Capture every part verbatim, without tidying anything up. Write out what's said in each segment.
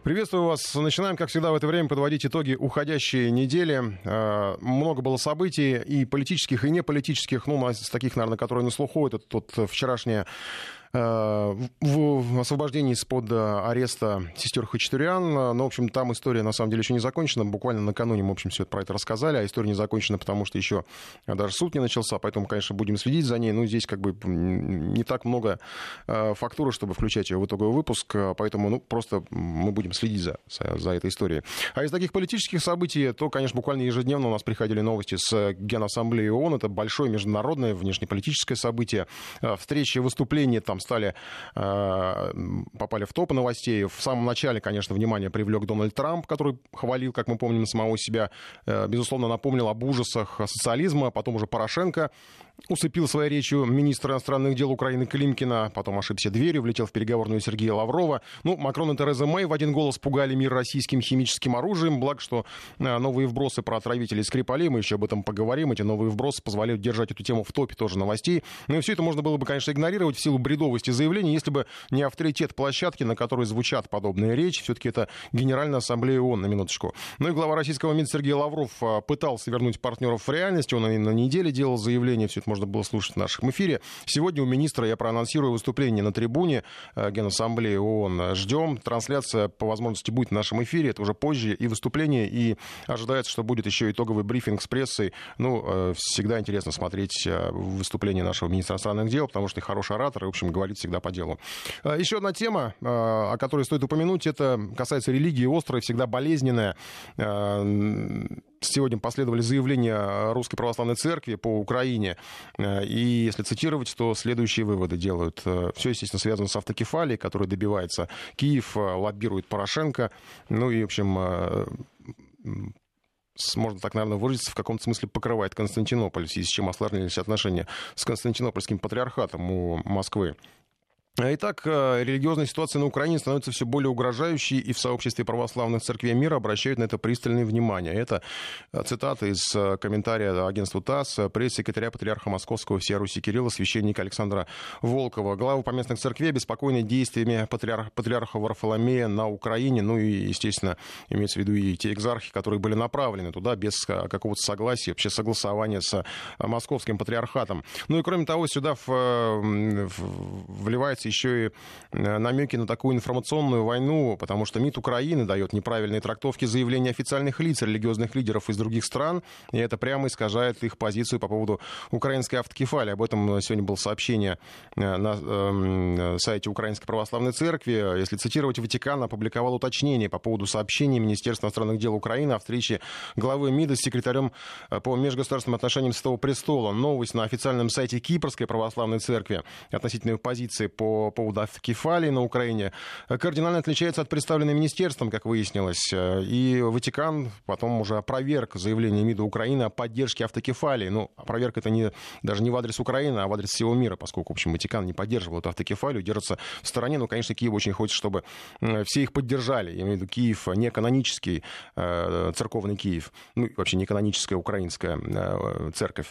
Приветствую вас. Начинаем, как всегда, в это время подводить итоги уходящей недели. Много было событий и политических, и неполитических. Ну, из таких, наверное, которые на слуху. Это тут вчерашнее в освобождении из-под ареста сестер Хачатурян. Но, в общем, там история, на самом деле, еще не закончена. Буквально накануне мы, в общем, все про это рассказали. А история не закончена, потому что еще даже суд не начался. Поэтому, конечно, будем следить за ней. Ну, здесь как бы не так много фактуры, чтобы включать ее в итоговый выпуск. Поэтому, ну, просто мы будем следить за, за этой историей. А из таких политических событий, то, конечно, буквально ежедневно у нас приходили новости с Генассамблеи ООН. Это большое международное внешнеполитическое событие. Встречи, выступления там стали, попали в топ новостей. В самом начале, конечно, внимание привлек Дональд Трамп, который хвалил, как мы помним, самого себя. Безусловно, напомнил об ужасах социализма. Потом уже Порошенко усыпил своей речью министра иностранных дел Украины Климкина. Потом ошибся дверью, влетел в переговорную Сергея Лаврова. Ну, Макрон и Тереза Мэй в один голос пугали мир российским химическим оружием. Благо, что новые вбросы про отравителей Скрипалей, мы еще об этом поговорим. Эти новые вбросы позволяют держать эту тему в топе тоже новостей. Ну и все это можно было бы, конечно, игнорировать в силу бредовости заявлений, если бы не авторитет площадки, на которой звучат подобные речи. Все-таки это Генеральная Ассамблея ООН, на минуточку. Ну и глава российского МИДа Сергей Лавров пытался вернуть партнеров в реальность. Он и на неделе делал заявление, все это можно было слушать в нашем эфире. Сегодня у министра я проанонсирую выступление на трибуне Генассамблеи ООН. Ждем. Трансляция по возможности будет в нашем эфире. Это уже позже и выступление, и ожидается, что будет еще итоговый брифинг с прессой. Ну, всегда интересно смотреть выступление нашего министра иностранных дел, потому что хороший оратор и, в общем, говорит всегда по делу. Еще одна тема, о которой стоит упомянуть, это касается религии, острая, всегда болезненная. Сегодня последовали заявления Русской Православной Церкви по Украине. И если цитировать, то следующие выводы делают. Все, естественно, связано с автокефалией, которой добивается Киев, лоббирует Порошенко. Ну и, в общем, можно так, наверное, выразиться, в каком-то смысле покрывает Константинополь, в связи с чем осложнились отношения с Константинопольским патриархатом у Москвы. Итак, религиозная ситуация на Украине становится все более угрожающей, и в сообществе православных церквей мира обращают на это пристальное внимание. Это цитата из комментария агентству ТАСС пресс-секретаря патриарха Московского всея Руси Кирилла, священника Александра Волкова. Главы поместных церквей обеспокоены действиями патриарха, патриарха Варфоломея на Украине, ну и, естественно, имеется в виду и те экзархи, которые были направлены туда без какого-то согласия, вообще согласования с московским патриархатом. Ну и, кроме того, сюда в, в, вливается еще и намеки на такую информационную войну, потому что МИД Украины дает неправильные трактовки заявлений официальных лиц, религиозных лидеров из других стран, и это прямо искажает их позицию по поводу украинской автокефалии. Об этом сегодня было сообщение на сайте Украинской Православной Церкви. Если цитировать, Ватикан опубликовал уточнение по поводу сообщения Министерства иностранных дел Украины о встрече главы МИДа с секретарем по межгосударственным отношениям Святого Престола. Новость на официальном сайте Кипрской Православной Церкви относительно позиции по по поводу автокефалии на Украине кардинально отличается от представленной министерством, как выяснилось. И Ватикан потом уже опроверг заявление МИДа Украины о поддержке автокефалии. Ну, опроверг это не, даже не в адрес Украины, а в адрес всего мира, поскольку, в общем, Ватикан не поддерживал эту автокефалию, держится в стороне. Но, конечно, Киев очень хочет, чтобы все их поддержали. Я имею в виду Киев, не канонический церковный Киев, ну, вообще не каноническая украинская церковь.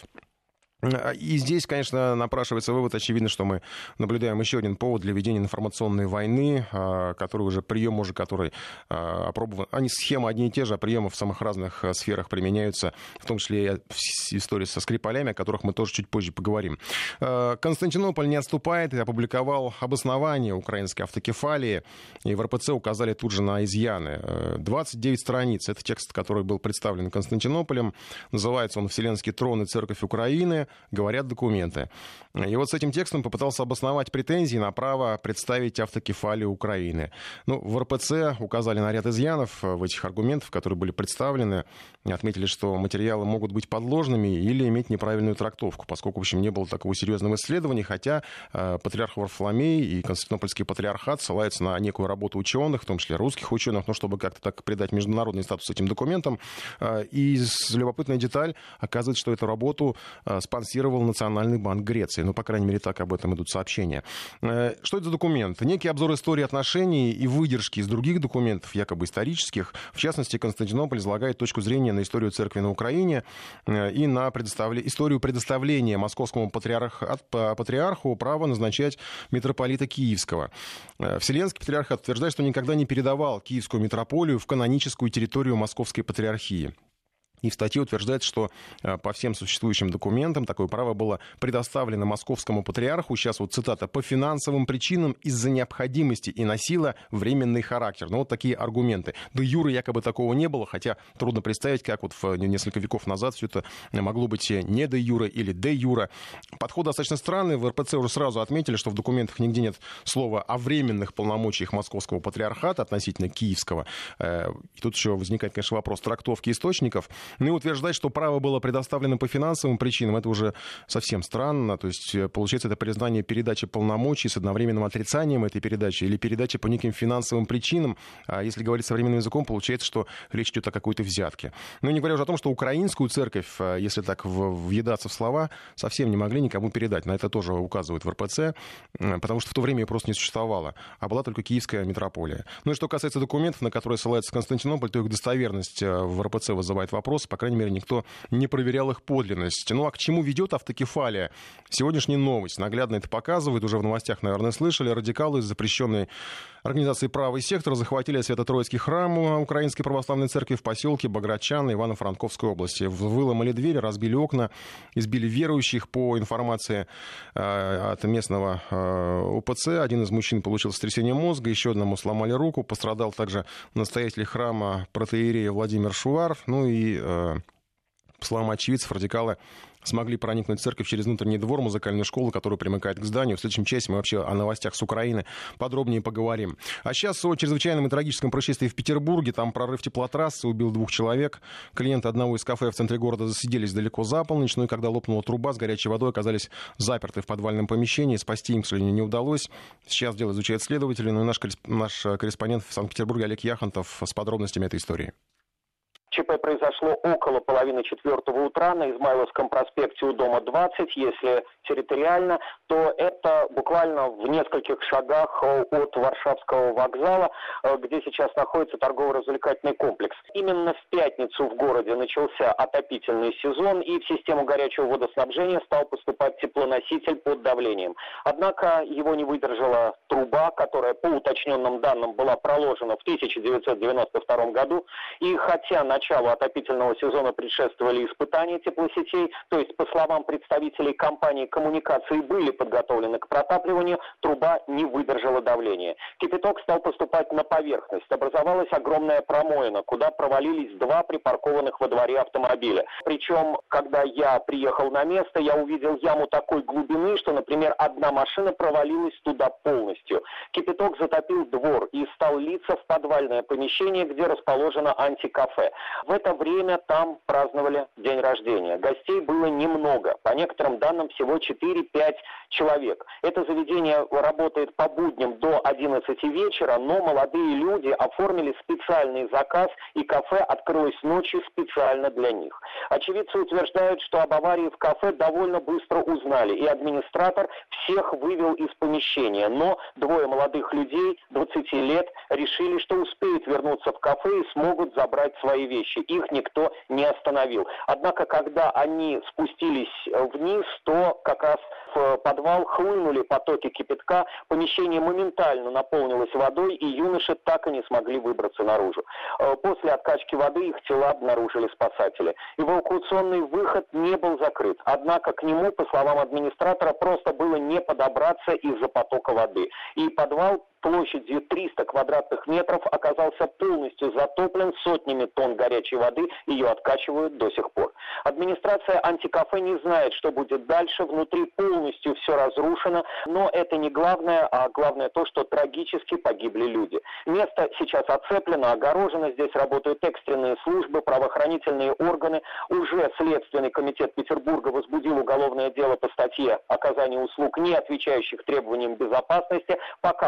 И здесь, конечно, напрашивается вывод, очевидно, что мы наблюдаем еще один повод для ведения информационной войны, который уже, прием уже, который опробован, они схемы одни и те же, а приемы в самых разных сферах применяются, в том числе и истории со Скрипалями, о которых мы тоже чуть позже поговорим. Константинополь не отступает и опубликовал обоснование украинской автокефалии, и в эр пэ цэ указали тут же на изъяны. двадцать девять страниц, это текст, который был представлен Константинополем, называется он «Вселенский трон и церковь Украины», говорят документы. И вот с этим текстом попытался обосновать претензии на право представить автокефалию Украины. Ну, в эр пэ цэ указали на ряд изъянов в этих аргументах, которые были представлены. Отметили, что материалы могут быть подложными или иметь неправильную трактовку, поскольку, в общем, не было такого серьезного исследования, хотя э, патриарх Варфоломей и Константинопольский патриархат ссылаются на некую работу ученых, в том числе русских ученых, ну, чтобы как-то так придать международный статус этим документам. Э, и любопытная деталь, оказывается, что эту работу э, с спонсировал Национальный банк Греции. Ну, по крайней мере, так об этом идут сообщения. Что это за документ? Некий обзор истории отношений и выдержки из других документов, якобы исторических. В частности, Константинополь излагает точку зрения на историю церкви на Украине и на предоставле... историю предоставления московскому патриарх... патриарху права назначать митрополита Киевского. Вселенский патриархат утверждает, что никогда не передавал Киевскую митрополию в каноническую территорию Московской патриархии. И в статье утверждается, что по всем существующим документам такое право было предоставлено московскому патриарху, сейчас вот цитата, по финансовым причинам из-за необходимости и носило временный характер. Ну вот такие аргументы. Де юре якобы такого не было, хотя трудно представить, как вот в несколько веков назад все это могло быть не де юре или де юре. Подход достаточно странный. В эр пэ цэ уже сразу отметили, что в документах нигде нет слова о временных полномочиях московского патриархата относительно киевского. И тут еще возникает, конечно, вопрос трактовки источников. Ну и утверждать, что право было предоставлено по финансовым причинам, это уже совсем странно. То есть, получается, это признание передачи полномочий с одновременным отрицанием этой передачи или передачи по неким финансовым причинам. А если говорить современным языком, получается, что речь идет о какой-то взятке. Ну и не говоря уже о том, что украинскую церковь, если так въедаться в слова, совсем не могли никому передать. На это тоже указывают в эр пэ цэ, потому что в то время ее просто не существовало, а была только Киевская митрополия. Ну и что касается документов, на которые ссылается Константинополь, то их достоверность в эр пэ цэ вызывает вопрос. По крайней мере, никто не проверял их подлинность. Ну а к чему ведет автокефалия? Сегодняшняя новость наглядно это показывает. Уже в новостях, наверное, слышали. Радикалы из запрещенной организации «Правый сектор» захватили Свято-Троицкий храм Украинской Православной Церкви в поселке Баграчан Ивано-Франковской области. Выломали двери, разбили окна, избили верующих. По информации э, от местного э, о пэ цэ, один из мужчин получил сотрясение мозга, еще одному сломали руку. Пострадал также настоятель храма протоиерей Владимир Шувар. Ну и э, по словам очевидцев, радикалы смогли проникнуть в церковь через внутренний двор музыкальной школы, которая примыкает к зданию. В следующем часе мы вообще о новостях с Украины подробнее поговорим. А сейчас о чрезвычайном и трагическом происшествии в Петербурге. Там прорыв теплотрассы убил двух человек. Клиенты одного из кафе в центре города засиделись далеко за полночь. Ну и когда лопнула труба с горячей водой, оказались заперты в подвальном помещении. Спасти им, к сожалению, не удалось. Сейчас дело изучают следователи. Ну и наш, наш корреспондент в Санкт-Петербурге Олег Яхонтов с подробностями этой истории. ЧП произошло около половины четвертого утра на Измайловском проспекте у дома двадцать. Если территориально, то это буквально в нескольких шагах от Варшавского вокзала, где сейчас находится торгово-развлекательный комплекс. Именно в пятницу в городе начался отопительный сезон, и в систему горячего водоснабжения стал поступать теплоноситель под давлением. Однако его не выдержала труба, которая, по уточненным данным, была проложена в тысяча девятьсот девяносто втором году, и хотя на началу отопительного сезона предшествовали испытания теплосетей, то есть, по словам представителей компании, коммуникации были подготовлены к протапливанию, труба не выдержала давления. Кипяток стал поступать на поверхность. Образовалась огромная промоина, куда провалились два припаркованных во дворе автомобиля. Причем, когда я приехал на место, я увидел яму такой глубины, что, например, одна машина провалилась туда полностью. Кипяток затопил двор и стал литься в подвальное помещение, где расположено антикафе. В это время там праздновали день рождения. Гостей было немного. По некоторым данным, всего четыре-пять человек. Это заведение работает по будням до одиннадцати вечера, но молодые люди оформили специальный заказ, и кафе открылось ночью специально для них. Очевидцы утверждают, что об аварии в кафе довольно быстро узнали, и администратор всех вывел из помещения. Но двое молодых людей, двадцати лет, решили, что успеют вернуться в кафе и смогут забрать свои вещи. Их никто не остановил. Однако, когда они спустились вниз, то как раз в подвал хлынули потоки кипятка, помещение моментально наполнилось водой, и юноши так и не смогли выбраться наружу. После откачки воды их тела обнаружили спасатели. Эвакуационный выход не был закрыт, однако к нему, по словам администратора, просто было не подобраться из-за потока воды. И подвал площадью триста квадратных метров оказался полностью затоплен сотнями тонн горячей воды, ее откачивают до сих пор. Администрация антикафе не знает, что будет дальше, внутри полностью все разрушено, но это не главное, а главное то, что трагически погибли люди. Место сейчас оцеплено, огорожено, здесь работают экстренные службы, правоохранительные органы. Уже Следственный комитет Петербурга возбудил уголовное дело по статье «Оказание услуг, не отвечающих требованиям безопасности». Пока по факту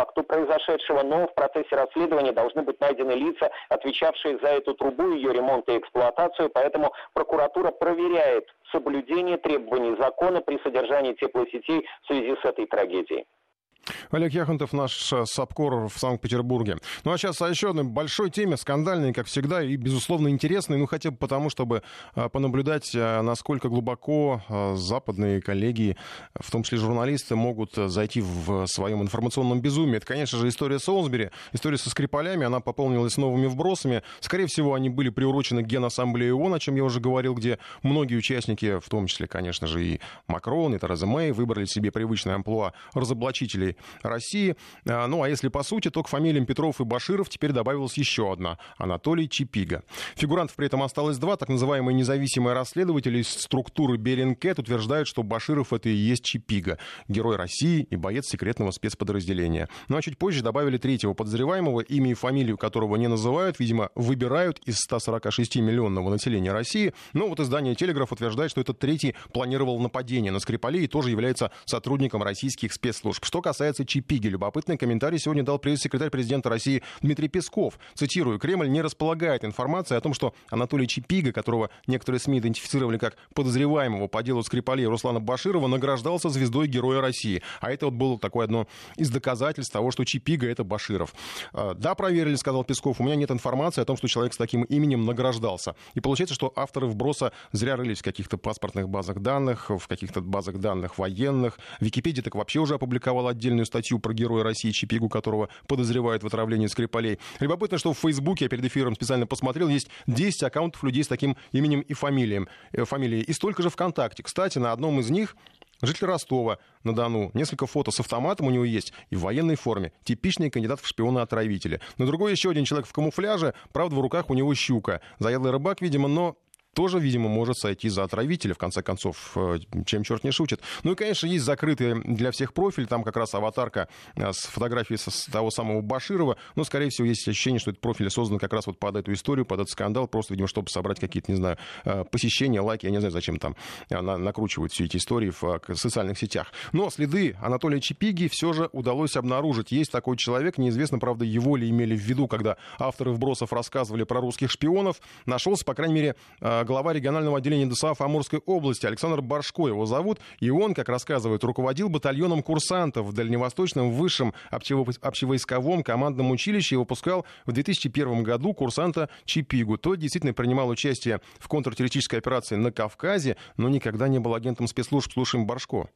факту произошедшего, но в процессе расследования должны быть найдены лица, отвечавшие за эту трубу, ее ремонт и эксплуатацию, поэтому прокуратура проверяет соблюдение требований закона при содержании теплосетей в связи с этой трагедией. Олег Яхонтов, наш САПКОР в Санкт-Петербурге. Ну а сейчас о еще одной большой теме, скандальной, как всегда, и, безусловно, интересной, ну хотя бы потому, чтобы понаблюдать, насколько глубоко западные коллеги, в том числе журналисты, могут зайти в своем информационном безумии. Это, конечно же, история Солсбери, история со Скрипалями, она пополнилась новыми вбросами. Скорее всего, они были приурочены к Генассамблее ООН, о чем я уже говорил, где многие участники, в том числе, конечно же, и Макрон, и Тереза Мэй, выбрали себе привычное амплуа разоблачителей России. Ну, а если по сути, то к фамилиям Петров и Баширов теперь добавилась еще одна — Анатолий Чипига. Фигурантов при этом осталось два. Так называемые независимые расследователи из структуры Bellingcat утверждают, что Баширов — это и есть Чипига, герой России и боец секретного спецподразделения. Ну, а чуть позже добавили третьего подозреваемого, имя и фамилию которого не называют, видимо, выбирают из ста сорока шести миллионного населения России. Но вот издание «Телеграф» утверждает, что этот третий планировал нападение на Скрипалей и тоже является сотрудником российских спецслужб. Что касается Чипиги, любопытный комментарий сегодня дал пресс-секретарь президента России Дмитрий Песков. Цитирую: «Кремль не располагает информацией о том, что Анатолий Чипига, которого некоторые СМИ идентифицировали как подозреваемого по делу Скрипалей Руслана Баширова, награждался звездой Героя России». А это вот было такое одно из доказательств того, что Чипига — это Баширов. «Да, проверили», — сказал Песков, — «у меня нет информации о том, что человек с таким именем награждался». И получается, что авторы вброса зря рылись в каких-то паспортных базах данных, в каких-то базах данных военных. Википедия так вообще уже опубликовала отдельную статью про Героя России Чипигу, которого подозревают в отравлении Скрипалей. Любопытно, что в Фейсбуке, я перед эфиром специально посмотрел, есть десять аккаунтов людей с таким именем и фамилией, э, фамилией. И столько же ВКонтакте. Кстати, на одном из них житель Ростова-на-Дону. Несколько фото с автоматом у него есть и в военной форме. Типичный кандидат в шпиона-отравителя. На другой еще один человек в камуфляже. Правда, в руках у него щука. Заядлый рыбак, видимо, но тоже, видимо, может сойти за отравителя, в конце концов, чем черт не шутит. Ну и, конечно, есть закрытый для всех профиль, там как раз аватарка с фотографией со, того самого Баширова, но, скорее всего, есть ощущение, что этот профиль создан как раз вот под эту историю, под этот скандал, просто, видимо, чтобы собрать какие-то, не знаю, посещения, лайки, я не знаю, зачем там накручивают все эти истории в социальных сетях. Но следы Анатолия Чипиги все же удалось обнаружить. Есть такой человек, неизвестно, правда, его ли имели в виду, когда авторы вбросов рассказывали про русских шпионов. Нашелся, по крайней мере, глава регионального отделения ДСАФ Амурской области Александр Боршко его зовут, и он, как рассказывают, руководил батальоном курсантов в Дальневосточном высшем общевойсковом командном училище и выпускал в две тысячи первом году курсанта Чипигу. Тот действительно принимал участие в контртеррористической операции на Кавказе, но никогда не был агентом спецслужб. Слушаем Боршко.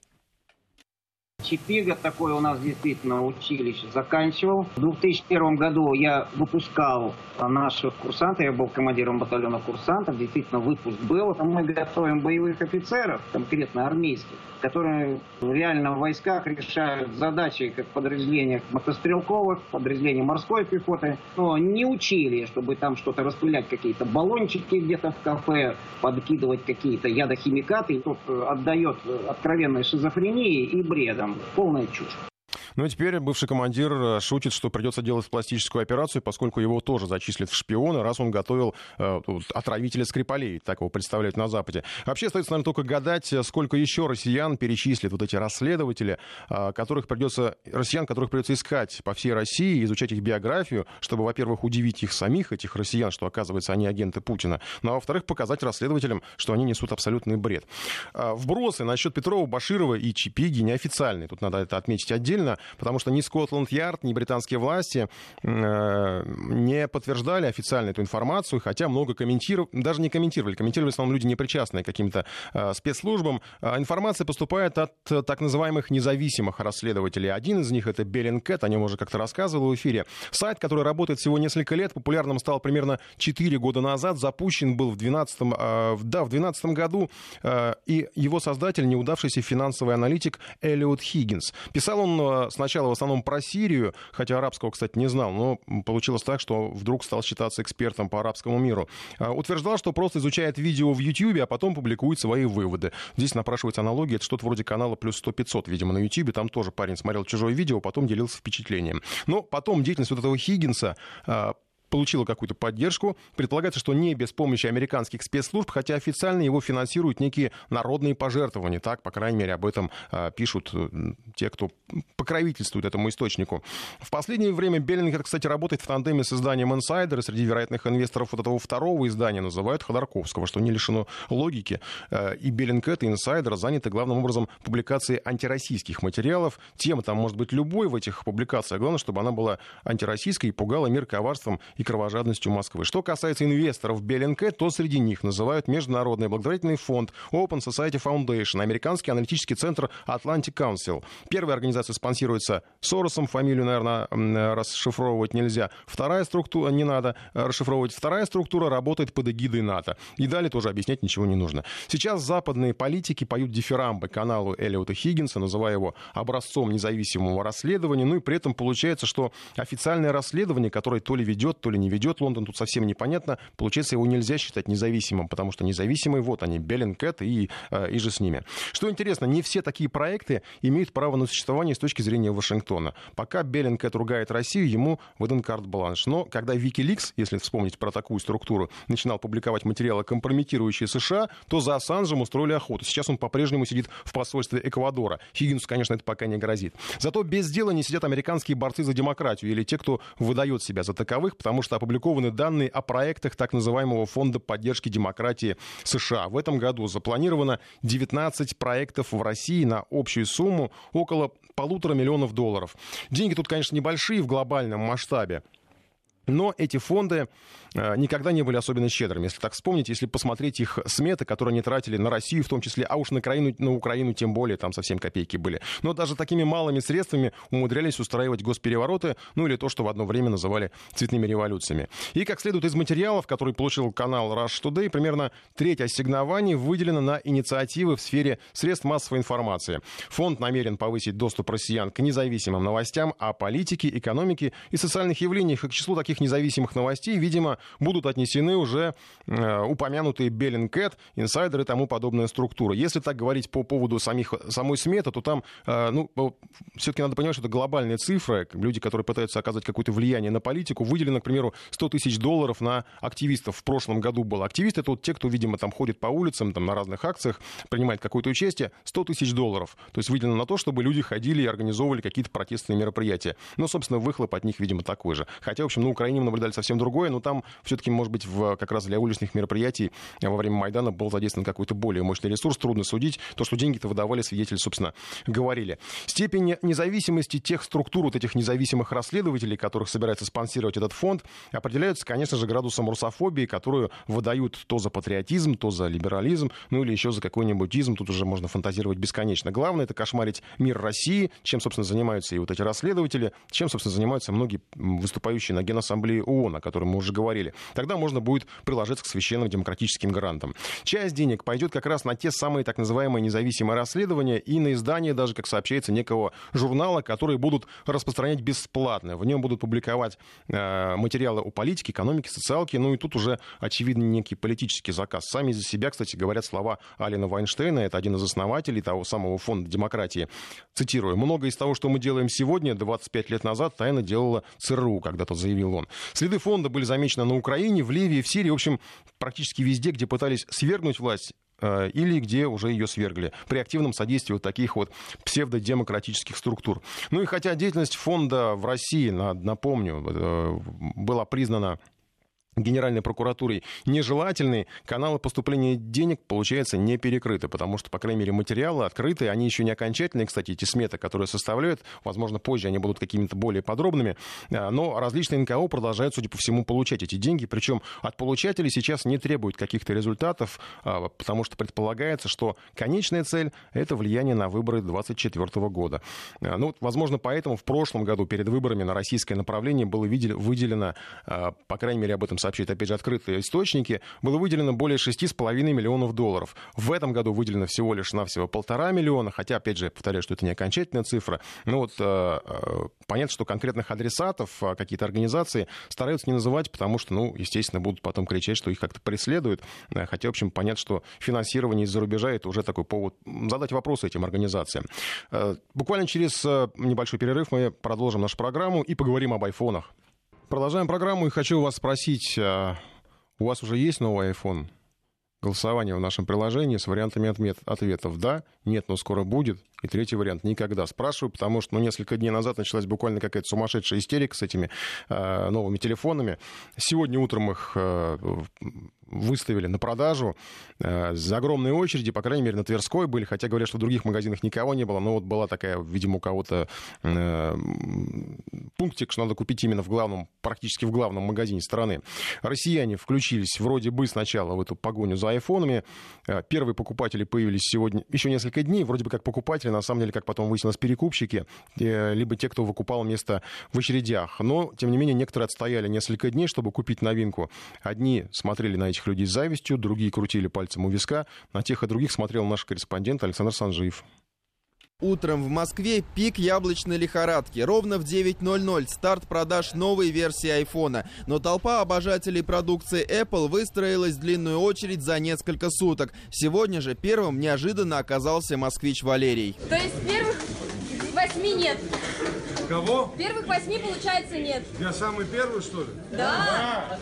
Чипига такое у нас действительно училище заканчивал. В две тысячи первом году я выпускал наших курсантов, я был командиром батальона курсантов, действительно выпуск был. Мы готовим боевых офицеров, конкретно армейских, которые реально в войсках решают задачи как в подразделениях мотострелковых, подразделениях морской пехоты. Но не учили, чтобы там что-то распылять, какие-то баллончики где-то в кафе, подкидывать какие-то ядохимикаты. И тут отдает откровенной шизофрении и бредом. Полная чушь. Ну и теперь бывший командир шутит, что придется делать пластическую операцию, поскольку его тоже зачислят в шпионы, раз он готовил э, отравителя Скрипалей, так его представляют на Западе. Вообще остается, наверное, только гадать, сколько еще россиян перечислят вот эти расследователи, э, которых придется, россиян, которых придется искать по всей России, изучать их биографию, чтобы, во-первых, удивить их самих, этих россиян, что, оказывается, они агенты Путина, ну а во-вторых, показать расследователям, что они несут абсолютный бред. Э, вбросы насчет Петрова, Баширова и Чипиги неофициальные, тут надо это отметить отдельно, потому что ни Скотланд-Ярд, ни британские власти э, не подтверждали официально эту информацию, хотя много комментировали, даже не комментировали, комментировали в основном люди, не причастные к каким-то э, спецслужбам. Э, информация поступает от э, так называемых независимых расследователей. Один из них — это Bellingcat, о нем уже как-то рассказывал в эфире. Сайт, который работает всего несколько лет, популярным стал примерно четыре года назад, запущен был в две тысячи двенадцатом, э, да, в две тысячи двенадцатом году, э, и его создатель — неудавшийся финансовый аналитик Эллиот Хиггинс. Писал он э, сначала в основном про Сирию, хотя арабского, кстати, не знал, но получилось так, что вдруг стал считаться экспертом по арабскому миру. Утверждал, что просто изучает видео в Ютьюбе, а потом публикует свои выводы. Здесь напрашивается аналогия, это что-то вроде канала плюс сто пятьсот, видимо, на Ютьюбе. Там тоже парень смотрел чужое видео, потом делился впечатлением. Но потом деятельность вот этого Хиггинса получило какую-то поддержку. Предполагается, что не без помощи американских спецслужб, хотя официально его финансируют некие народные пожертвования. Так, по крайней мере, об этом а, пишут те, кто покровительствует этому источнику. В последнее время Bellingcat, кстати, работает в тандеме с изданием Insider, и среди вероятных инвесторов вот этого второго издания называют Ходорковского, что не лишено логики. И Bellingcat, и Insider заняты главным образом публикацией антироссийских материалов. Тема там может быть любой в этих публикациях. Главное, чтобы она была антироссийской и пугала мир коварством и кровожадностью Москвы. Что касается инвесторов Bellingcat, то среди них называют Международный благотворительный фонд Open Society Foundation, американский аналитический центр Atlantic Council. Первая организация спонсируется Соросом, фамилию, наверное, расшифровывать нельзя. Вторая структура, не надо расшифровывать. Вторая структура работает под эгидой НАТО. И далее тоже объяснять ничего не нужно. Сейчас западные политики поют дифирамбы каналу Эллиота Хиггинса, называя его образцом независимого расследования. Ну и при этом получается, что официальное расследование, которое то ли ведет, то ли не ведет Лондон, тут совсем непонятно. Получается, его нельзя считать независимым, потому что независимые, вот они, Bellingcat и, и же с ними. Что интересно, не все такие проекты имеют право на существование с точки зрения Вашингтона. Пока Bellingcat ругает Россию, ему выдан карт-бланш. Но когда Wikileaks, если вспомнить про такую структуру, начинал публиковать материалы, компрометирующие США, то за Ассанжем устроили охоту. Сейчас он по-прежнему сидит в посольстве Эквадора. Хиггинсу, конечно, это пока не грозит. Зато без дела не сидят американские борцы за демократию или те, кто выдает себя за таковых, потому что опубликованы данные о проектах так называемого фонда поддержки демократии США. В этом году запланировано девятнадцать проектов в России на общую сумму около полутора миллионов долларов. Деньги тут, конечно, небольшие в глобальном масштабе. Но эти фонды никогда не были особенно щедрыми. Если так вспомнить, если посмотреть их сметы, которые они тратили на Россию в том числе, а уж на Украину, на Украину тем более, там совсем копейки были. Но даже такими малыми средствами умудрялись устраивать госперевороты, ну или то, что в одно время называли цветными революциями. И, как следует из материалов, которые получил канал Rush Today, примерно треть ассигнований выделена на инициативы в сфере средств массовой информации. Фонд намерен повысить доступ россиян к независимым новостям о политике, экономике и социальных явлениях. И к числу таких независимых новостей, видимо, будут отнесены уже э, упомянутые Bellingcat, Insider и тому подобная структура. Если так говорить по поводу самих, самой сметы, то там э, ну, все-таки надо понимать, что это глобальные цифры. Люди, которые пытаются оказывать какое-то влияние на политику, выделено, к примеру, сто тысяч долларов на активистов. В прошлом году было. Активисты — это вот те, кто, видимо, там ходит по улицам, там, на разных акциях, принимает какое-то участие. сто тысяч долларов. То есть выделено на то, чтобы люди ходили и организовывали какие-то протестные мероприятия. Ну, собственно, выхлоп от них, видимо, такой же. Хотя, в общем, на Украине мы наблюдали совсем другое, но там все-таки, может быть, в, как раз для уличных мероприятий во время Майдана был задействован какой-то более мощный ресурс. Трудно судить. То, что деньги-то выдавали, свидетели, собственно, говорили. Степень независимости тех структур, вот этих независимых расследователей, которых собирается спонсировать этот фонд, определяются, конечно же, градусом русофобии, которую выдают то за патриотизм, то за либерализм, ну или еще за какой-нибудь изм. Тут уже можно фантазировать бесконечно. Главное — это кошмарить мир России, чем, собственно, занимаются и вот эти расследователи, чем, собственно, занимаются многие выступающие на Генассамблее ООН, о котором мы уже говорили. Тогда можно будет приложиться к священным демократическим гарантам. Часть денег пойдет как раз на те самые так называемые независимые расследования и на издание даже, как сообщается, некого журнала, которые будут распространять бесплатно. В нем будут публиковать э, материалы о политике, экономике, социалке. Ну и тут уже, очевидно, некий политический заказ. Сами за себя, кстати, говорят слова Алена Вайнштейна. Это один из основателей того самого фонда демократии. Цитирую. «Многое из того, что мы делаем сегодня, двадцать пять лет назад, тайно делала ЦРУ», когда-то заявил он. Следы фонда были замечены на Украине, в Ливии, в Сирии, в общем, практически везде, где пытались свергнуть власть э, или где уже ее свергли, при активном содействии вот таких вот псевдодемократических структур. Ну и хотя деятельность фонда в России, напомню, э, была признана Генеральной прокуратурой нежелательные, каналы поступления денег, получается, не перекрыты, потому что, по крайней мере, материалы открыты, они еще не окончательные, кстати, эти сметы, которые составляют, возможно, позже они будут какими-то более подробными, но различные эн ка о продолжают, судя по всему, получать эти деньги, причем от получателей сейчас не требуют каких-то результатов, потому что предполагается, что конечная цель — это влияние на выборы двадцать четвёртого года. Ну, возможно, поэтому в прошлом году перед выборами на российское направление было выделено, по крайней мере, об этом сообщают, опять же, открытые источники, было выделено более шесть с половиной миллионов долларов. В этом году выделено всего лишь навсего полтора миллиона, хотя, опять же, повторяю, что это не окончательная цифра. Но вот э, понятно, что конкретных адресатов какие-то организации стараются не называть, потому что, ну, естественно, будут потом кричать, что их как-то преследуют. Хотя, в общем, понятно, что финансирование из-за рубежа — это уже такой повод задать вопросы этим организациям. Буквально через небольшой перерыв мы продолжим нашу программу и поговорим об айфонах. Продолжаем программу, и хочу вас спросить, а у вас уже есть новый iPhone? Голосование в нашем приложении с вариантами ответов «да», «нет, но скоро будет». И третий вариант «никогда». Спрашиваю, потому что ну, несколько дней назад началась буквально какая-то сумасшедшая истерика с этими э, новыми телефонами. Сегодня утром их э, выставили на продажу э, за огромные очереди, по крайней мере, на Тверской были, хотя говорят, что в других магазинах никого не было, но вот была такая, видимо, у кого-то э, пунктик, что надо купить именно в главном, практически в главном магазине страны. Россияне включились вроде бы сначала в эту погоню за айфонами. Первые покупатели появились сегодня, еще несколько дней, вроде бы как покупатели, на самом деле, как потом выяснилось, перекупщики, либо те, кто выкупал место в очередях. Но, тем не менее, некоторые отстояли несколько дней, чтобы купить новинку. Одни смотрели на этих людей с завистью, другие крутили пальцем у виска. На тех и других смотрел наш корреспондент Александр Санжиев. Утром в Москве пик яблочной лихорадки. Ровно в девять ноль ноль старт продаж новой версии айфона. Но толпа обожателей продукции Apple выстроилась в длинную очередь за несколько суток. Сегодня же первым неожиданно оказался москвич Валерий. То есть первых восьми нет? Кого? Первых восьми, получается, нет. Я самый первый, что ли? Да.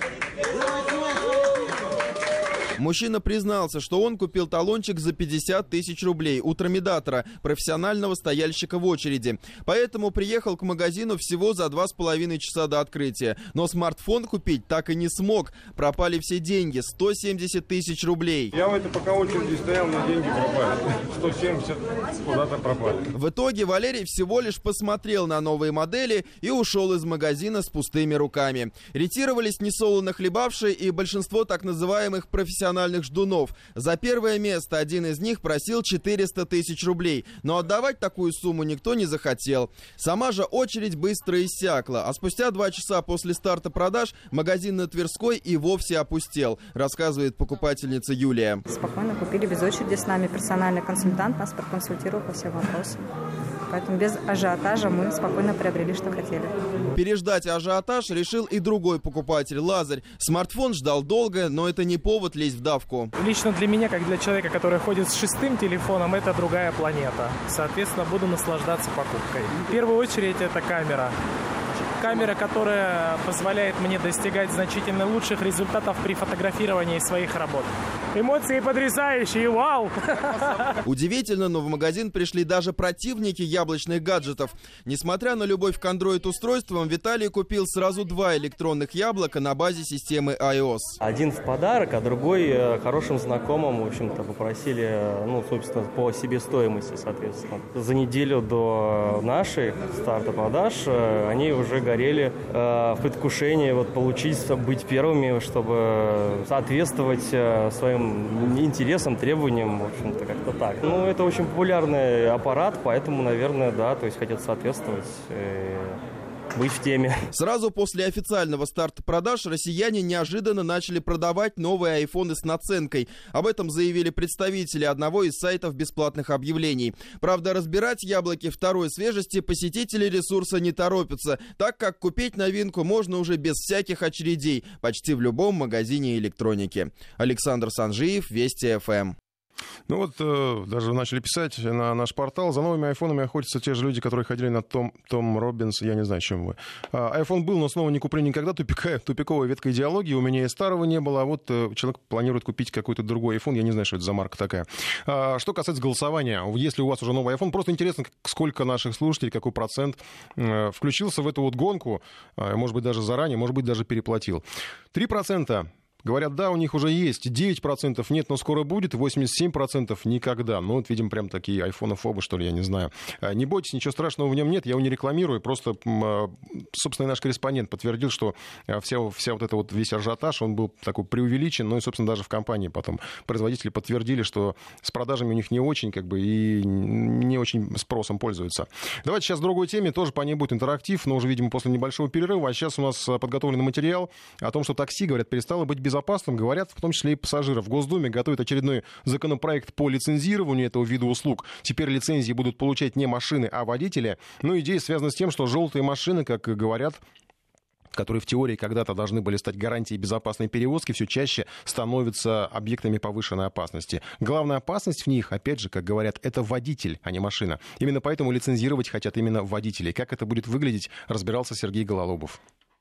Мужчина признался, что он купил талончик за пятьдесят тысяч рублей у Тромедатора, профессионального стояльщика в очереди. Поэтому приехал к магазину всего за два с половиной часа до открытия. Но смартфон купить так и не смог. Пропали все деньги – сто семьдесят тысяч рублей. Я в этой пока очереди стоял, на деньги пропали. сто семьдесят куда-то пропали. В итоге Валерий всего лишь посмотрел на новые модели и ушел из магазина с пустыми руками. Ретировались несолоно хлебавшие и большинство так называемых профессиональных ждунов. За первое место один из них просил четыреста тысяч рублей, но отдавать такую сумму никто не захотел. Сама же очередь быстро иссякла, а спустя два часа после старта продаж магазин на Тверской и вовсе опустел, рассказывает покупательница Юлия. Спокойно купили без очереди с нами. Персональный консультант нас проконсультировал по всем вопросам. Поэтому без ажиотажа мы спокойно приобрели, что хотели. Переждать ажиотаж решил и другой покупатель, Лазарь. Смартфон ждал долго, но это не повод лезть в давку. Лично для меня, как для человека, который ходит с шестым телефоном, это другая планета. Соответственно, буду наслаждаться покупкой. В первую очередь это камера. Камера, которая позволяет мне достигать значительно лучших результатов при фотографировании своих работ. Эмоции потрясающие, вау! Удивительно, но в магазин пришли даже противники яблочных гаджетов. Несмотря на любовь к Android-устройствам, Виталий купил сразу два электронных яблока на базе системы iOS. Один в подарок, а другой хорошим знакомым, в общем-то, попросили, ну, собственно, по себестоимости, соответственно. За неделю до нашей старта продаж они уже горели э, в предвкушении вот, получить, быть первыми, чтобы соответствовать э, своим интересам, требованиям, в общем-то, как-то так. Ну, это очень популярный аппарат, поэтому, наверное, да, то есть хотят соответствовать, э, быть в теме. Сразу после официального старта продаж россияне неожиданно начали продавать новые айфоны с наценкой. Об этом заявили представители одного из сайтов бесплатных объявлений. Правда, разбирать яблоки второй свежести посетители ресурса не торопятся, так как купить новинку можно уже без всяких очередей, почти в любом магазине электроники. Александр Санжиев, Вести эф эм. Ну вот, э, даже начали писать на наш портал. За новыми айфонами охотятся те же люди, которые ходили на Том, Том Робинс, я не знаю, чем вы. А, iPhone был, но снова не куплю никогда. Тупика, тупиковая ветка идеологии. У меня и старого не было, а вот э, человек планирует купить какой-то другой iPhone. Я не знаю, что это за марка такая. А, что касается голосования. Если у вас уже новый iPhone, просто интересно, сколько наших слушателей, какой процент э, включился в эту вот гонку. Э, может быть, даже заранее, может быть, даже переплатил. три процента говорят, да, у них уже есть. девять процентов нет, но скоро будет. восемьдесят семь процентов никогда. Ну, вот, видим, прям такие айфонофобы, что ли, я не знаю. Не бойтесь, ничего страшного в нем нет. Я его не рекламирую. Просто, собственно, наш корреспондент подтвердил, что вся, вся вот эта вот весь ажиотаж, он был такой преувеличен. Ну, и, собственно, даже в компании потом производители подтвердили, что с продажами у них не очень, как бы, и не очень спросом пользуются. Давайте сейчас к другой теме. Тоже по ней будет интерактив, но уже, видимо, после небольшого перерыва. А сейчас у нас подготовленный материал о том, что такси, говорят, перестало быть безопасным. Безопасным, говорят, в том числе и пассажиров. В Госдуме готовят очередной законопроект по лицензированию этого вида услуг. Теперь лицензии будут получать не машины, а водители. Но идея связана с тем, что желтые машины, как говорят, которые в теории когда-то должны были стать гарантией безопасной перевозки, все чаще становятся объектами повышенной опасности. Главная опасность в них, опять же, как говорят, это водитель, а не машина. Именно поэтому лицензировать хотят именно водителей. Как это будет выглядеть, разбирался Сергей Гололобов.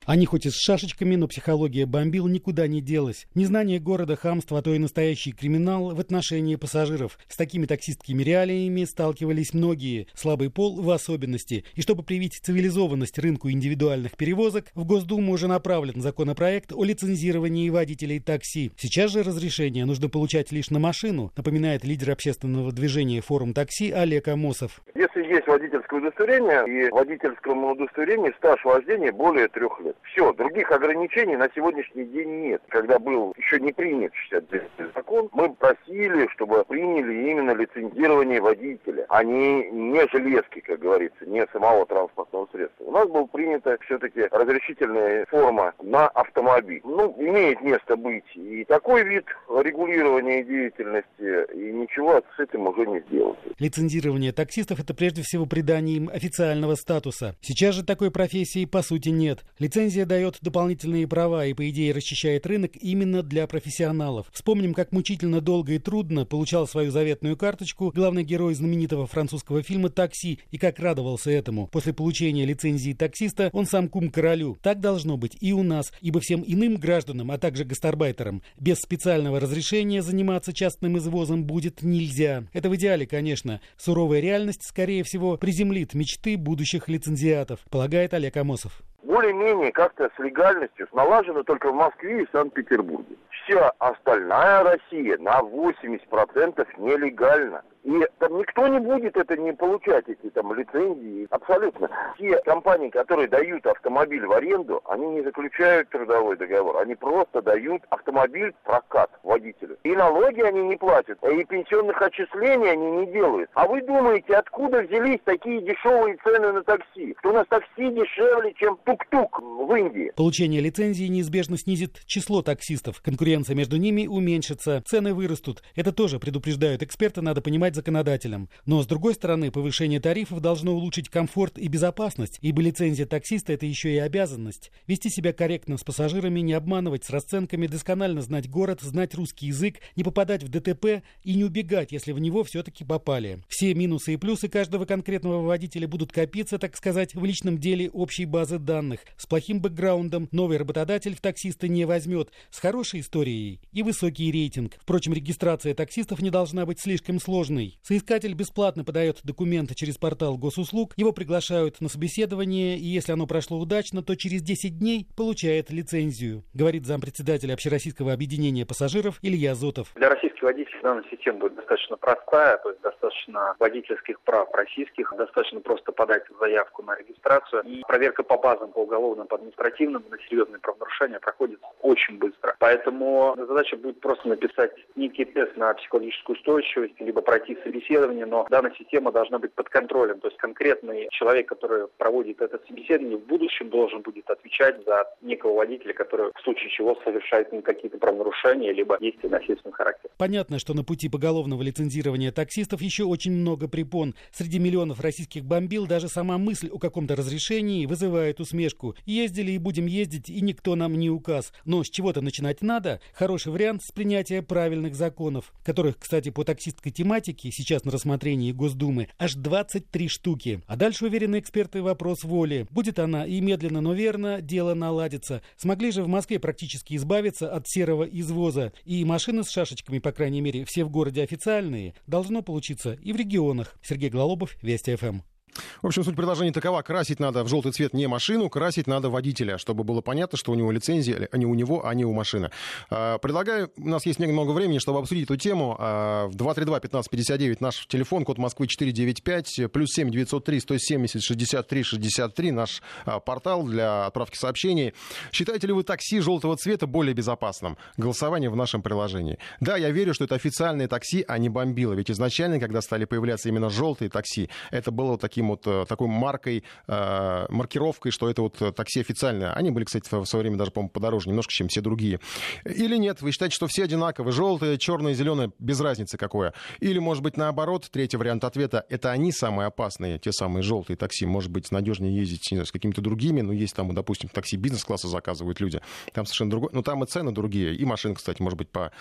Они хоть и с шашечками, но психология бомбил никуда не делась. Незнание города, хамство, а то и настоящий криминал в отношении пассажиров. С такими таксистскими реалиями сталкивались многие, слабый пол в особенности. И чтобы привить цивилизованность рынку индивидуальных перевозок, в Госдуму уже направлен законопроект о лицензировании водителей такси. Сейчас же разрешение нужно получать лишь на машину, напоминает лидер общественного движения «Форум такси» Олег Амосов. Если есть водительское удостоверение и водительскому удостоверению стаж вождения более трех лет. Все, других ограничений на сегодняшний день нет. Когда был еще не принят шестьдесят девятый закон, мы просили, чтобы приняли именно лицензирование водителя, а не, не железки, как говорится, не самого транспортного средства. У нас была принята все-таки разрешительная форма на автомобиль. Ну, имеет место быть и такой вид регулирования деятельности, и ничего с этим уже не сделать. Лицензирование таксистов – это прежде всего придание им официального статуса. Сейчас же такой профессии по сути нет. Лицензия дает дополнительные права и, по идее, расчищает рынок именно для профессионалов. Вспомним, как мучительно долго и трудно получал свою заветную карточку главный герой знаменитого французского фильма «Такси» и как радовался этому. После получения лицензии таксиста он сам кум королю. Так должно быть и у нас, ибо всем иным гражданам, а также гастарбайтерам, без специального разрешения заниматься частным извозом будет нельзя. Это в идеале, конечно. Суровая реальность, скорее всего, приземлит мечты будущих лицензиатов, полагает Олег Амосов. Более-менее как-то с легальностью налажено только в Москве и Санкт-Петербурге. Вся остальная Россия на восемьдесят процентов нелегальна. И там никто не будет это не получать, эти там лицензии. Абсолютно. Те компании, которые дают автомобиль в аренду, они не заключают трудовой договор. Они просто дают автомобиль в прокат водителю. И налоги они не платят, и пенсионных отчислений они не делают. А вы думаете, откуда взялись такие дешевые цены на такси? Что у нас такси дешевле, чем тук-тук в Индии. Получение лицензии неизбежно снизит число таксистов. Конкуренция между ними уменьшится, цены вырастут. Это тоже предупреждают эксперты, надо понимать законодателям. Но, с другой стороны, повышение тарифов должно улучшить комфорт и безопасность, ибо лицензия таксиста – это еще и обязанность. Вести себя корректно с пассажирами, не обманывать с расценками, досконально знать город, знать русский язык, не попадать в ДТП и не убегать, если в него все-таки попали. Все минусы и плюсы каждого конкретного водителя будут копиться, так сказать, в личном деле общей базы данных. С плохим бэкграундом новый работодатель в таксиста не возьмет. С хорошей историей и высокий рейтинг. Впрочем, регистрация таксистов не должна быть слишком сложной. Соискатель бесплатно подает документы через портал госуслуг, его приглашают на собеседование, и если оно прошло удачно, то через десять дней получает лицензию, говорит зампредседателя Общероссийского объединения пассажиров Илья Зотов. Для российских водителей данная система будет достаточно простая, то есть достаточно водительских прав российских, достаточно просто подать заявку на регистрацию, и проверка по базам, по уголовным, по административным на серьезные правонарушения проходит очень быстро. Поэтому задача будет просто написать некий тест на психологическую устойчивость, либо пройти собеседование, но данная система должна быть под контролем. То есть конкретный человек, который проводит это собеседование, в будущем должен будет отвечать за некого водителя, который в случае чего совершает какие-то правонарушения, либо действия насильственного характера. Понятно, что на пути поголовного лицензирования таксистов еще очень много препон. Среди миллионов российских бомбил даже сама мысль о каком-то разрешении вызывает усмешку. Ездили и будем ездить, и никто нам не указ. Но с чего-то начинать надо. Хороший вариант с принятия правильных законов, которых, кстати, по таксистской тематике сейчас на рассмотрении Госдумы аж двадцать три штуки. А дальше, уверены эксперты, вопрос воли. Будет она и медленно, но верно, дело наладится. Смогли же в Москве практически избавиться от серого извоза. И машины с шашечками, по крайней мере, все в городе официальные. Должно получиться и в регионах. Сергей Глалобов, Вести эф эм. В общем, суть предложения такова. Красить надо в желтый цвет не машину, красить надо водителя, чтобы было понятно, что у него лицензия, а не у него, а не у машины. Предлагаю, у нас есть немного времени, чтобы обсудить эту тему. два три два пятнадцать пятьдесят девять наш телефон, код Москвы четыре девять пять, плюс семь девятьсот три сто семьдесят шестьдесят три шестьдесят три, наш портал для отправки сообщений. Считаете ли вы такси желтого цвета более безопасным? Голосование в нашем приложении. Да, я верю, что это официальные такси, а не бомбило. Ведь изначально, когда стали появляться именно желтые такси, это было таким вот такой маркой, э, маркировкой, что это вот такси официальное. Они были, кстати, в свое время даже, по-моему, подороже немножко, чем все другие. Или нет, вы считаете, что все одинаковые, желтые, черные, зеленые, без разницы какое? Или, может быть, наоборот, третий вариант ответа, это они самые опасные, те самые желтые такси. Может быть, надежнее ездить, не знаю, с какими-то другими, но есть там, допустим, такси бизнес-класса заказывают люди. Там совершенно другое, но там и цены другие, и машины, кстати, может быть, по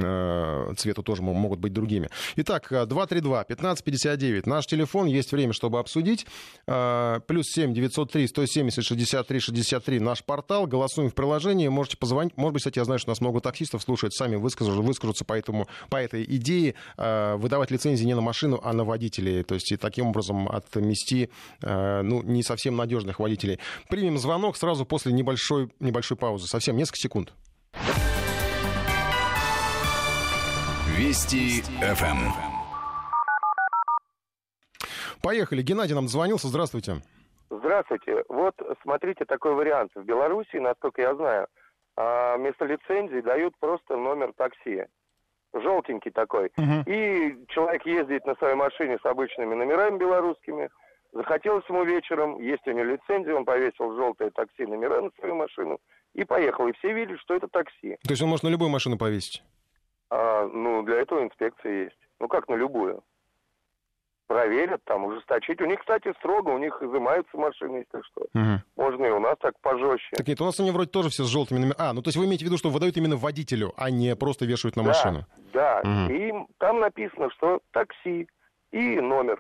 э, цвету тоже могут быть другими. Итак, два три два пятнадцать пятьдесят девять, наш телефон, есть время, чтобы обсудить обсудить. Плюс семь девятьсот три сто семьдесят шестьдесят три шестьдесят три наш портал. Голосуем в приложении. Можете позвонить. Может быть, кстати, я знаю, что нас много таксистов слушают. Сами выскажут, выскажутся по, этому, по этой идее. Выдавать лицензии не на машину, а на водителей. То есть и таким образом отмести ну, не совсем надежных водителей. Примем звонок сразу после небольшой, небольшой паузы. Совсем несколько секунд. Вести эф эм. Поехали. Геннадий нам звонился. Здравствуйте. Здравствуйте. Вот смотрите, такой вариант. В Беларуси, насколько я знаю, вместо лицензии дают просто номер такси. Желтенький такой. Uh-huh. И человек ездит на своей машине с обычными номерами белорусскими. Захотелось ему вечером, есть у него лицензия, он повесил желтое такси номера на свою машину и поехал. И все видели, что это такси. То есть он может на любую машину повесить? А, ну, для этого инспекция есть. Ну, как на любую. Проверят, там, ужесточить. У них, кстати, строго, у них изымаются машины, если что. Угу. Можно и у нас так пожестче. Так нет, у нас они вроде тоже все с желтыми номерами. А, ну то есть вы имеете в виду, что выдают именно водителю, а не просто вешают на да, машину? Да, угу. И там написано, что такси и номер.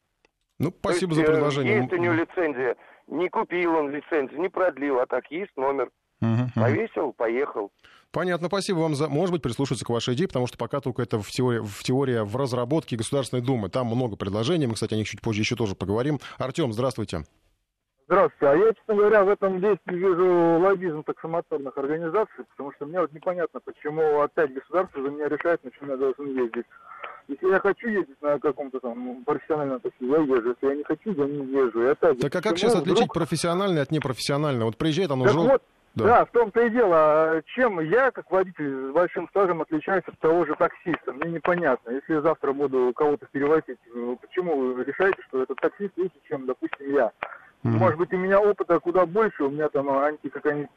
Ну, спасибо есть, за предложение. Есть у него лицензия, не купил он лицензию, не продлил, а так есть номер. Угу, повесил, угу. Поехал. Понятно, спасибо вам за... Может быть, прислушаться к вашей идее, потому что пока только это в теории, в теории в разработке Государственной Думы. Там много предложений, мы, кстати, о них чуть позже еще тоже поговорим. Артем, здравствуйте. Здравствуйте. А я, честно говоря, в этом действии вижу лоббизм таксомоторных организаций, потому что мне вот непонятно, почему опять государство за меня решает, на чем я должен ездить. Если я хочу ездить на каком-то там профессиональном такси, я езжу. Если я не хочу, я не езжу. И опять, так а как сейчас отличить вдруг... профессиональное от непрофессионального? Вот приезжает оно желтое. Вот, да. да, в том-то и дело. Чем я, как водитель с большим стажем, отличаюсь от того же таксиста? Мне непонятно. Если я завтра буду кого-то перевозить, почему вы решаете, что этот таксист лучше, чем, допустим, я? Mm-hmm. Может быть, у меня опыта куда больше, у меня там анти какая-нибудь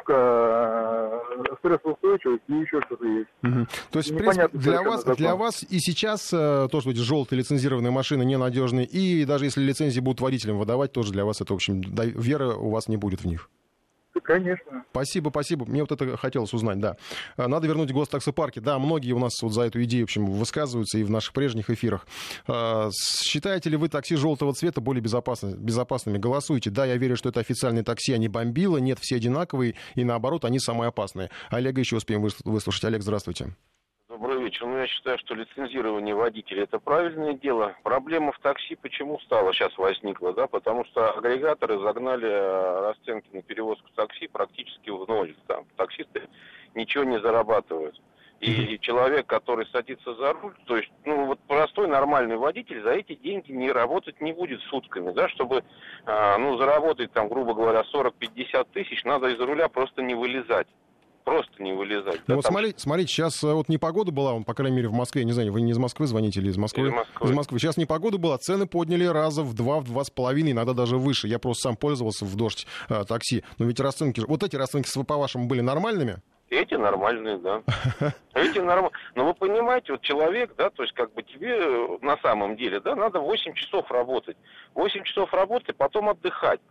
подготовка, стрессоустойчивость и еще что-то есть. Mm-hmm. То есть, в принципе, для вас, для вас и сейчас э, то, что эти желтые лицензированные машины ненадежные, и даже если лицензии будут водителям выдавать, тоже для вас это, в общем, веры у вас не будет в них. Конечно. Спасибо, спасибо. Мне вот это хотелось узнать, да. Надо вернуть гостаксопарки. Да, многие у нас вот за эту идею, в общем, высказываются и в наших прежних эфирах. Считаете ли вы такси желтого цвета более безопасны, безопасными? Голосуйте. Да, я верю, что это официальные такси, они бомбило. Нет, все одинаковые. И наоборот, они самые опасные. Олега еще успеем выслушать. Олег, здравствуйте. Добрый вечер. Ну, я считаю, что лицензирование водителей – это правильное дело. Проблема в такси почему стала сейчас возникла, да? Потому что агрегаторы загнали расценки на перевозку такси практически в ноль. Там таксисты ничего не зарабатывают. И mm-hmm. человек, который садится за руль, то есть, ну, вот простой нормальный водитель за эти деньги не работать не будет сутками, да? Чтобы, а, ну, заработать там, грубо говоря, сорок-пятьдесят тысяч, надо из руля просто не вылезать. Просто не вылезать. Ну, да, вот там... смотрите, смотрите, сейчас вот непогода была, он, по крайней мере, в Москве, не знаю, вы не из Москвы звоните или из Москвы? Из Москвы. Из Москвы. Сейчас непогода была, цены подняли раза в два, в два с половиной, иногда даже выше. Я просто сам пользовался в дождь а, такси. Но ведь расценки, вот эти расценки, по-вашему, были нормальными? Эти нормальные, да. Эти нормальные. Но вы понимаете, вот человек, да, то есть как бы тебе на самом деле, да, надо восемь часов работать. восемь часов работать, потом отдыхать.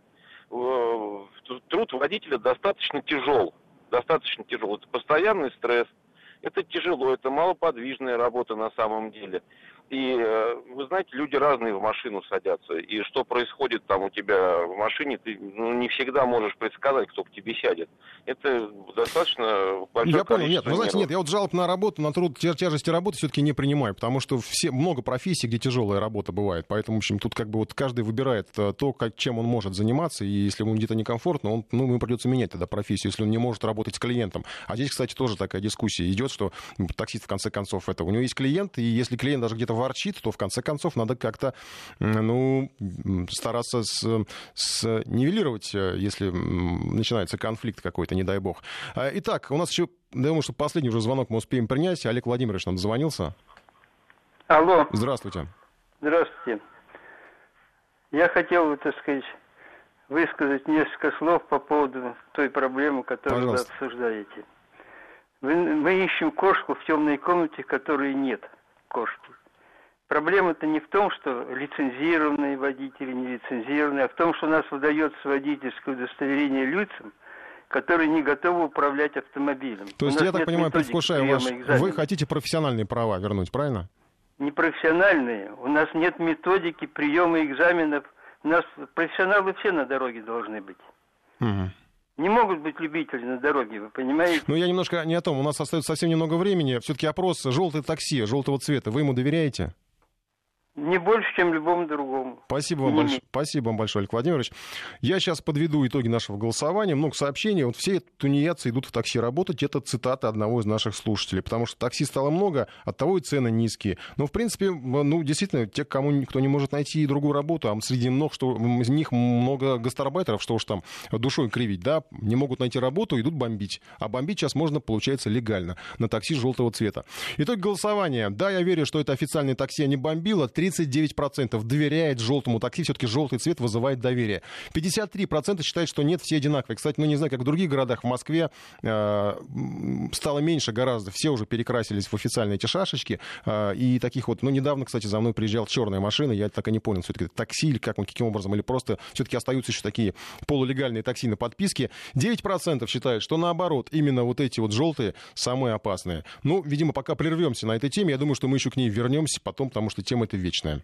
Труд водителя достаточно тяжел. Достаточно тяжело. Это постоянный стресс. Это тяжело, это малоподвижная работа на самом деле. И, вы знаете, люди разные в машину садятся. И что происходит там у тебя в машине, ты ну, не всегда можешь предсказать, кто к тебе сядет. Это достаточно большое Я понял, нет, вы знаете, нервов. нет, я вот жалоб на работу, на труд, тяжести работы все-таки не принимаю, потому что все, много профессий, где тяжелая работа бывает. Поэтому, в общем, тут как бы вот каждый выбирает то, как, чем он может заниматься, и если ему где-то некомфортно, он, ну, ему придется менять тогда профессию, если он не может работать с клиентом. А здесь, кстати, тоже такая дискуссия идет, что таксист, в конце концов, это у него есть клиент, и если клиент даже где-то ворчит, то в конце концов надо как-то ну, стараться с, с нивелировать, если начинается конфликт какой-то, не дай бог. Итак, у нас еще, думаю, что последний уже звонок мы успеем принять. Олег Владимирович нам дозвонился. Алло. Здравствуйте. Здравствуйте. Я хотел, так сказать, высказать несколько слов по поводу той проблемы, которую Пожалуйста. Вы обсуждаете. Мы ищем кошку в темной комнате, которой нет кошки. Проблема-то не в том, что лицензированные водители, не лицензированные, а в том, что у нас выдается водительское удостоверение людям, которые не готовы управлять автомобилем. То есть, я так понимаю, предвкушаю ваш... Вы хотите профессиональные права вернуть, правильно? непрофессиональные. У нас нет методики приема экзаменов. У нас профессионалы все на дороге должны быть. Угу. Не могут быть любители на дороге, вы понимаете? Ну, я немножко не о том. У нас остается совсем немного времени. Все-таки опрос «желтое такси», желтого цвета. Вы ему доверяете? Не больше, чем любому другому. Спасибо вам, больш... Спасибо вам большое, Олег Владимирович. Я сейчас подведу итоги нашего голосования. Много сообщений. Вот все тунеядцы идут в такси работать. Это цитата одного из наших слушателей. Потому что такси стало много, оттого и цены низкие. Но, в принципе, ну, действительно, те, кому никто не может найти другую работу, а среди много, что, из них много гастарбайтеров, что уж там душой кривить, да, не могут найти работу, идут бомбить. А бомбить сейчас можно, получается, легально на такси желтого цвета. Итог голосования. Да, я верю, что это официальное такси, а не бомбило. тридцать девять процентов доверяет желтому такси, все-таки желтый цвет вызывает доверие. пятьдесят три процента считают, что нет, все одинаковые. Кстати, ну не знаю, как в других городах, в Москве э, стало меньше гораздо, все уже перекрасились в официальные эти шашечки, э, и таких вот, ну недавно, кстати, за мной приезжала черная машина, я так и не понял, все-таки такси или как он, каким образом, или просто все-таки остаются еще такие полулегальные такси на подписке. девять процентов считают, что наоборот, именно вот эти вот желтые самые опасные. Ну, видимо, пока прервемся на этой теме, я думаю, что мы еще к ней вернемся потом, потому что тема эта вечная.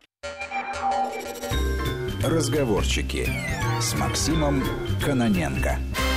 Разговорчики с Максимом Кононенко.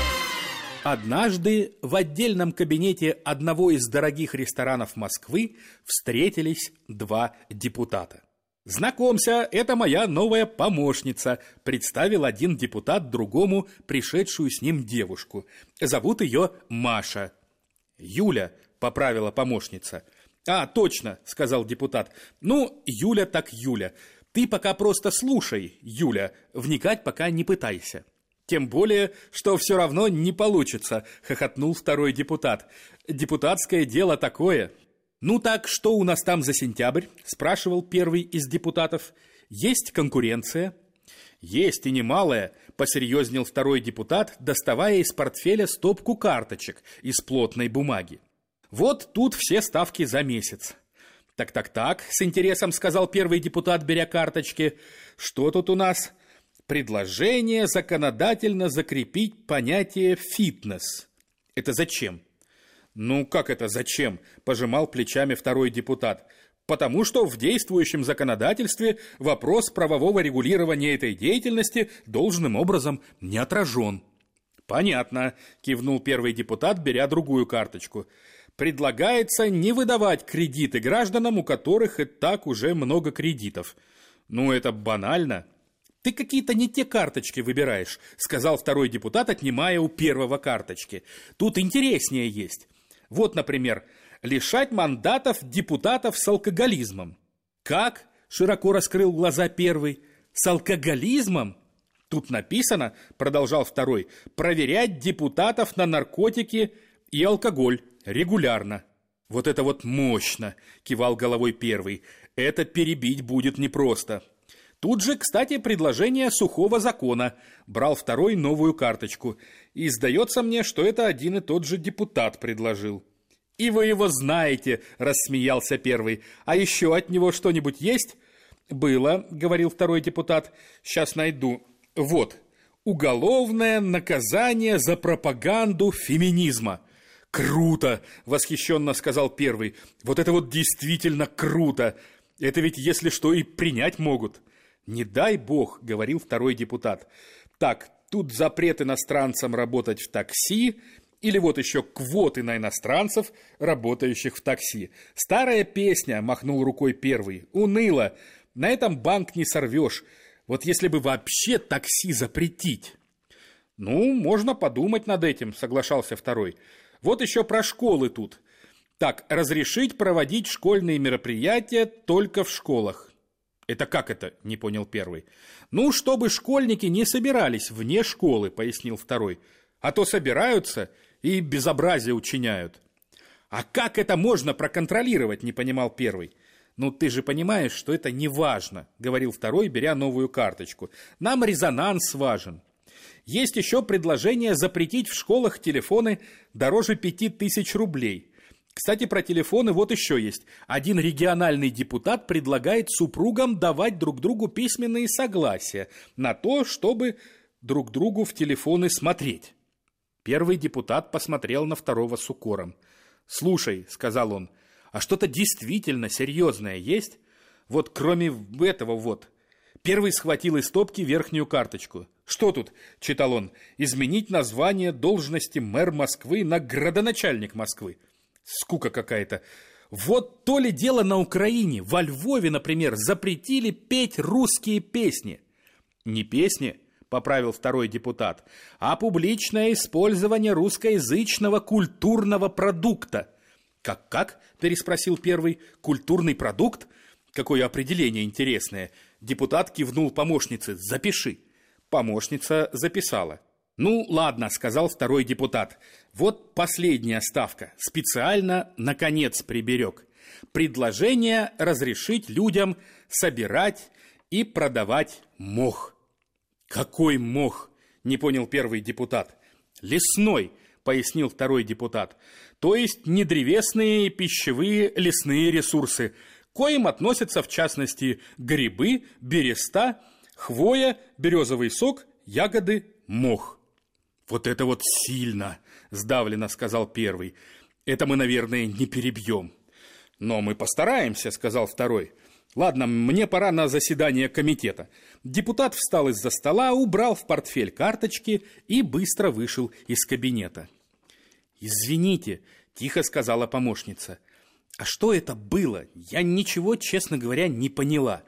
Однажды в отдельном кабинете одного из дорогих ресторанов Москвы встретились два депутата. «Знакомься, это моя новая помощница», — представил один депутат другому пришедшую с ним девушку. «Зовут ее Маша». «Юля», — поправила помощница. «А, точно», — сказал депутат. «Ну, Юля так Юля. Ты пока просто слушай, Юля, вникать пока не пытайся». «Тем более, что все равно не получится», — хохотнул второй депутат. «Депутатское дело такое». «Ну так, что у нас там за сентябрь?» — спрашивал первый из депутатов. «Есть конкуренция?» «Есть и немалая», — посерьезнел второй депутат, доставая из портфеля стопку карточек из плотной бумаги. «Вот тут все ставки за месяц». «Так-так-так», — с интересом сказал первый депутат, беря карточки. «Что тут у нас?» «Предложение законодательно закрепить понятие «фитнес». Это зачем?» «Ну, как это зачем?» – пожимал плечами второй депутат. «Потому что в действующем законодательстве вопрос правового регулирования этой деятельности должным образом не отражен». «Понятно», – кивнул первый депутат, беря другую карточку. «Предлагается не выдавать кредиты гражданам, у которых и так уже много кредитов». «Ну, это банально». «Ты какие-то не те карточки выбираешь», – сказал второй депутат, отнимая у первого карточки. «Тут интереснее есть». Вот, например, лишать мандатов депутатов с алкоголизмом. «Как?» – широко раскрыл глаза первый. «С алкоголизмом?» «Тут написано, – продолжал второй, – проверять депутатов на наркотики и алкоголь регулярно». «Вот это вот мощно!» – кивал головой первый. «Это перебить будет непросто». Тут же, кстати, предложение сухого закона. Брал второй новую карточку. И сдается мне, что это один и тот же депутат предложил. «И вы его знаете», – рассмеялся первый. «А еще от него что-нибудь есть?» «Было», – говорил второй депутат. «Сейчас найду. Вот. Уголовное наказание за пропаганду феминизма». «Круто!» – восхищенно сказал первый. «Вот это вот действительно круто! Это ведь, если что, и принять могут». «Не дай бог», — говорил второй депутат. «Так, тут запрет иностранцам работать в такси, или вот еще квоты на иностранцев, работающих в такси. Старая песня», — махнул рукой первый, — «уныло. На этом банк не сорвешь. Вот если бы вообще такси запретить». «Ну, можно подумать над этим», — соглашался второй. «Вот еще про школы тут. Так, разрешить проводить школьные мероприятия только в школах». «Это как это?» – не понял первый. «Ну, чтобы школьники не собирались вне школы», – пояснил второй. «А то собираются и безобразие учиняют». «А как это можно проконтролировать?» – не понимал первый. «Ну, ты же понимаешь, что это не важно», – говорил второй, беря новую карточку. «Нам резонанс важен». Есть еще предложение запретить в школах телефоны дороже пяти тысяч рублей. Кстати, про телефоны вот еще есть. Один региональный депутат предлагает супругам давать друг другу письменные согласия на то, чтобы друг другу в телефоны смотреть. Первый депутат посмотрел на второго с укором. «Слушай», — сказал он, — А что-то действительно серьезное есть? Вот кроме этого вот. Первый схватил из стопки верхнюю карточку. «Что тут?» – читал он. «Изменить название должности мэр Москвы на градоначальник Москвы». Скука какая-то. Вот то ли дело на Украине. Во Львове, например, запретили петь русские песни. Не песни, поправил второй депутат, а публичное использование русскоязычного культурного продукта. «Как-как?» – переспросил первый. «Культурный продукт? Какое определение интересное!» Депутат кивнул помощнице. «Запиши». Помощница записала. «Ну, ладно», – сказал второй депутат. «Вот последняя ставка. Специально на конец приберег. Предложение разрешить людям собирать и продавать мох». «Какой мох?» – не понял первый депутат. «Лесной», – пояснил второй депутат. «То есть не древесные, пищевые, лесные ресурсы, к коим относятся, в частности, грибы, береста, хвоя, березовый сок, ягоды, мох». «Вот это вот сильно!» – сдавленно сказал первый. «Это мы, наверное, не перебьем». «Но мы постараемся», – сказал второй. «Ладно, мне пора на заседание комитета». Депутат встал из-за стола, убрал в портфель карточки и быстро вышел из кабинета. «Извините», – тихо сказала помощница. «А что это было? Я ничего, честно говоря, не поняла».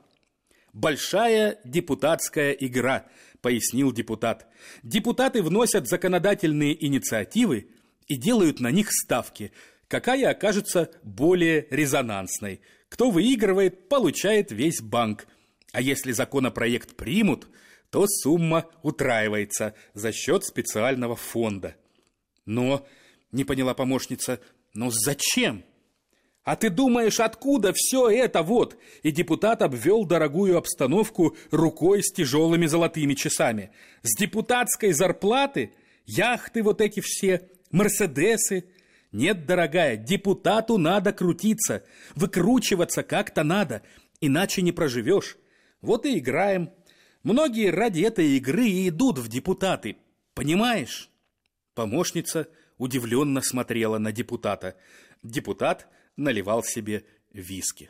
«Большая депутатская игра», – пояснил депутат. «Депутаты вносят законодательные инициативы и делают на них ставки, какая окажется более резонансной. Кто выигрывает, получает весь банк. А если законопроект примут, то сумма утраивается за счет специального фонда». «Но», – не поняла помощница, – «но зачем?» «А ты думаешь, откуда все это вот?» И депутат обвел дорогую обстановку рукой с тяжелыми золотыми часами. «С депутатской зарплаты? Яхты вот эти все, мерседесы?» «Нет, дорогая, депутату надо крутиться, выкручиваться как-то надо, иначе не проживешь. Вот и играем. Многие ради этой игры и идут в депутаты, понимаешь?» Помощница удивленно смотрела на депутата. Депутат наливал себе виски.